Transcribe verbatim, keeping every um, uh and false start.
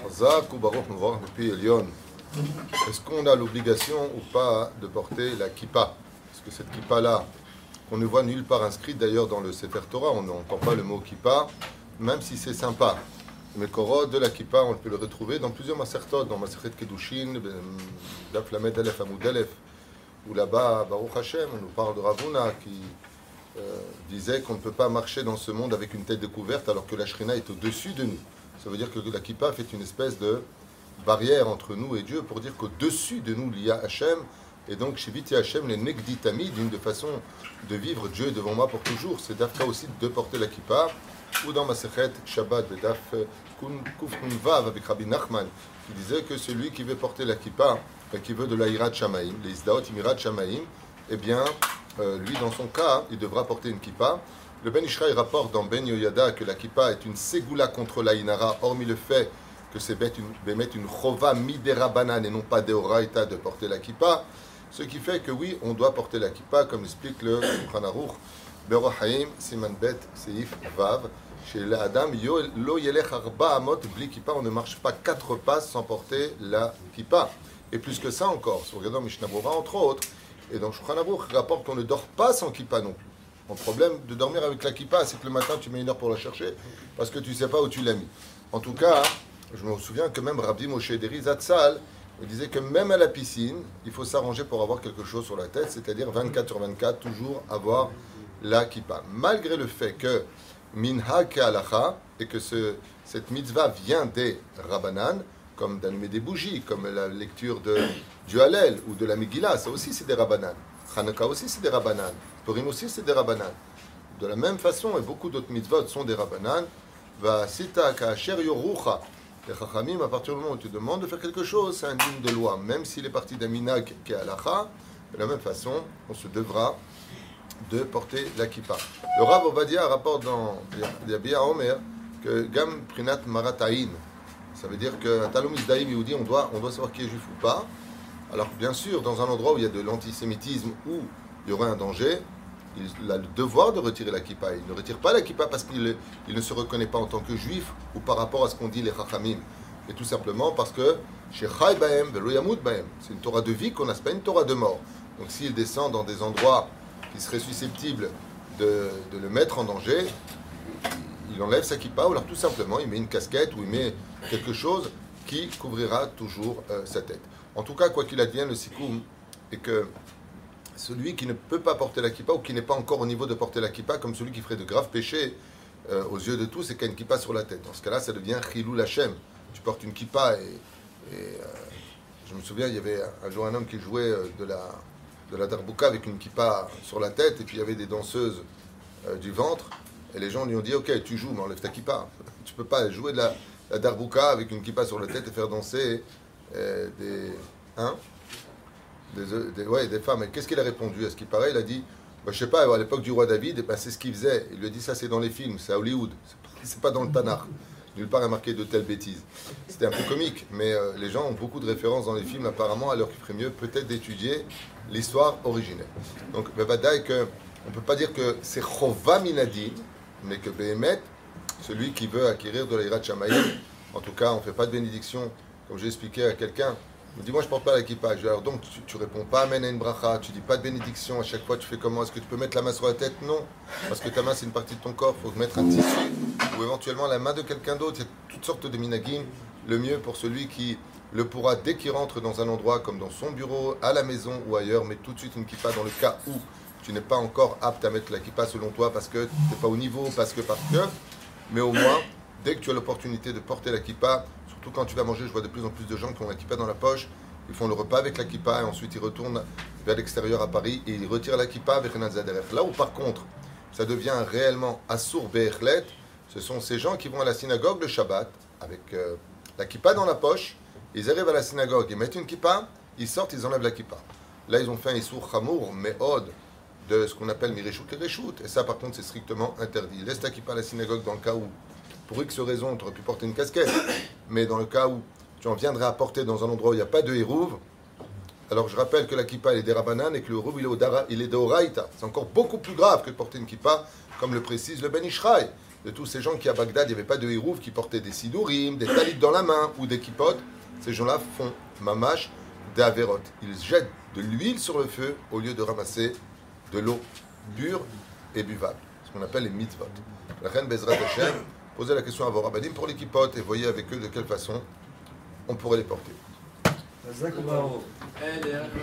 Chazak ou Baruch Mevorach Mipi Elyon. Est-ce qu'on a l'obligation ou pas de porter la kippa? Parce que cette kippa-là, on ne voit nulle part inscrite d'ailleurs dans le Sefer Torah, on n'entend pas le mot kippa, même si c'est sympa. Le Mekorot de la kippa, on peut le retrouver dans plusieurs masertot, dans Masechet Kedushin, Daf Lamed Aleph Amud Aleph, où là-bas, Baruch Hashem, on nous parle de Ravuna qui euh, disait qu'on ne peut pas marcher dans ce monde avec une tête découverte alors que la Shrina est au-dessus de nous. Ça veut dire que la kippa fait une espèce de barrière entre nous et Dieu pour dire qu'au-dessus de nous, il y a Hachem. Et donc, Shiviti Hachem, les Negditami, d'une façon de vivre Dieu est devant moi pour toujours. C'est Dafka aussi de porter la kippa. Ou dans Masechet Shabbat, Daf Kuf Nun Vav avec Rabbi Nachman, qui disait que celui qui veut porter la kippa, qui veut de la Hirat Shamaim, les Isdaot Imirat Shamaim, eh bien, euh, lui, dans son cas, il devra porter une kippa. Le Ben Ishraï rapporte dans Ben Yoyada que la kippa est une ségoula contre la Inara, hormis le fait que c'est mettre une chova midera banane et non pas deoraita de porter la kippa. Ce qui fait que oui, on doit porter la kippa, comme explique le Shulchan Aruch, Berochaim, Siman Bet, Seif, Vav, chez l'Adam, Lo Yelech Arba Amot, Bli kippa, on ne marche pas quatre pas sans porter la kippa. Et plus que ça encore, si on regarde dans Mishnah Berurah, entre autres, et dans Shulchan Aruch, rapporte qu'on ne dort pas sans kippa non plus. Le problème de dormir avec la kippa, c'est que le matin, tu mets une heure pour la chercher, parce que tu ne sais pas où tu l'as mis. En tout cas, je me souviens que même Rabbi Moshe Deri Zatzal, il disait que même à la piscine, il faut s'arranger pour avoir quelque chose sur la tête, c'est-à-dire vingt-quatre sur vingt-quatre, toujours avoir la kippa. Malgré le fait que minha ke'alacha, et que ce, cette mitzvah vient des Rabbanan, comme d'allumer des bougies, comme la lecture de, du Hallel ou de la Megillah, ça aussi c'est des Rabbanan. Chanukah aussi c'est des Rabbanan. Purim aussi c'est des Rabbanan. De la même façon, et beaucoup d'autres mitzvot sont des Rabbanan, va sita ka'asher yorucha. Les Chachamim, à partir du moment où tu demandes de faire quelque chose, c'est indigne de loi, même s'il est parti d'un minhag qui est halacha. De la même façon, on se devra de porter la kippa. Le Rav Ovadia rapporte dans Yabia Omer que Gam Prinat Marataïn, ça veut dire que Talom Isdaïm Yehudi, on doit, on doit savoir qui est juif ou pas. Alors, bien sûr, dans un endroit où il y a de l'antisémitisme, où il y aurait un danger, il a le devoir de retirer la kippa. Il ne retire pas la kippa parce qu'il il ne se reconnaît pas en tant que juif ou par rapport à ce qu'on dit les chachamim. Et tout simplement parce que chez Chai Baem, Velo Yamut Baem, c'est une Torah de vie qu'on a, c'est pas une Torah de mort. Donc s'il descend dans des endroits qui seraient susceptibles de, de le mettre en danger, il enlève sa kippa ou alors tout simplement il met une casquette ou il met quelque chose qui couvrira toujours euh, sa tête. En tout cas, quoi qu'il advienne, le sikoum est que celui qui ne peut pas porter la kippa ou qui n'est pas encore au niveau de porter la kippa, comme celui qui ferait de graves péchés euh, aux yeux de tous et qui a une kippa sur la tête. Dans ce cas-là, ça devient chilul Hashem. Tu portes une kippa et, et euh, je me souviens, il y avait un jour un homme qui jouait euh, de la, de la darbouka avec une kippa sur la tête et puis il y avait des danseuses euh, du ventre et les gens lui ont dit ok, tu joues mais enlève ta kippa. Tu peux pas jouer de la, la darbouka avec une kippa sur la tête et faire danser euh, des... Hein Des, des, ouais, des femmes. Et qu'est-ce qu'il a répondu? À ce qui paraît, il a dit, bah, je sais pas, à l'époque du roi David, bah, c'est ce qu'il faisait. Il lui a dit, ça c'est dans les films, c'est à Hollywood, c'est pas dans le Tanakh. Nulle part a marqué de telles bêtises. C'était un peu comique, mais euh, les gens ont beaucoup de références dans les films apparemment, alors qu'il ferait mieux peut-être d'étudier l'histoire originelle. Donc, Bevadaï, que on peut pas dire que c'est Chova Minadin, mais que Behemet, celui qui veut acquérir de la Hirat Shamayim, en tout cas, on fait pas de bénédiction, comme j'ai expliqué à quelqu'un. Il me dit, moi je porte pas la kippa. Je dis, alors donc tu, tu réponds pas amen à une bracha, tu dis pas de bénédiction, à chaque fois tu fais comment? Est-ce que tu peux mettre la main sur la tête? Non, parce que ta main c'est une partie de ton corps, il faut mettre un tissu, ou éventuellement la main de quelqu'un d'autre. Il y a toutes sortes de minagim. Le mieux pour celui qui le pourra dès qu'il rentre dans un endroit comme dans son bureau, à la maison ou ailleurs, mettre tout de suite une kippa dans le cas où tu n'es pas encore apte à mettre la kippa selon toi, parce que tu n'es pas au niveau, parce que, parce que, mais au moins, dès que tu as l'opportunité de porter la kippa, surtout quand tu vas manger, je vois de plus en plus de gens qui ont la kippa dans la poche, ils font le repas avec la kippa et ensuite ils retournent vers l'extérieur à Paris et ils retirent la kippa avec un zaderef. Là où par contre, ça devient réellement assour be'echlet, ce sont ces gens qui vont à la synagogue le Shabbat avec euh, la kippa dans la poche, ils arrivent à la synagogue, ils mettent une kippa, ils sortent, ils enlèvent la kippa. Là ils ont fait un issour chamour, me'od, de ce qu'on appelle mireshout et reshout, et ça par contre c'est strictement interdit. Laisse ta kippa à la synagogue dans le cas où pour X raison, tu aurais pu porter une casquette, mais dans le cas où tu en viendrais à porter dans un endroit où il n'y a pas de hérouve, alors je rappelle que la kippa elle est des Rabbanan et que le hérouve il est, il est de Oraïta. C'est encore beaucoup plus grave que de porter une kippa, comme le précise le Ben Ishraï. de tous ces gens qui à Bagdad, il n'y avait pas de hérouf, qui portaient des sidourim, des talit dans la main ou des kippotes. Ces gens-là font mamash d'Averot. Ils jettent de l'huile sur le feu au lieu de ramasser de l'eau pure et buvable. Ce qu'on appelle les mitzvot. La reine Bezrat Hashem posait la question à vos rabbinim pour les kippotes et voyez avec eux de quelle façon on pourrait les porter.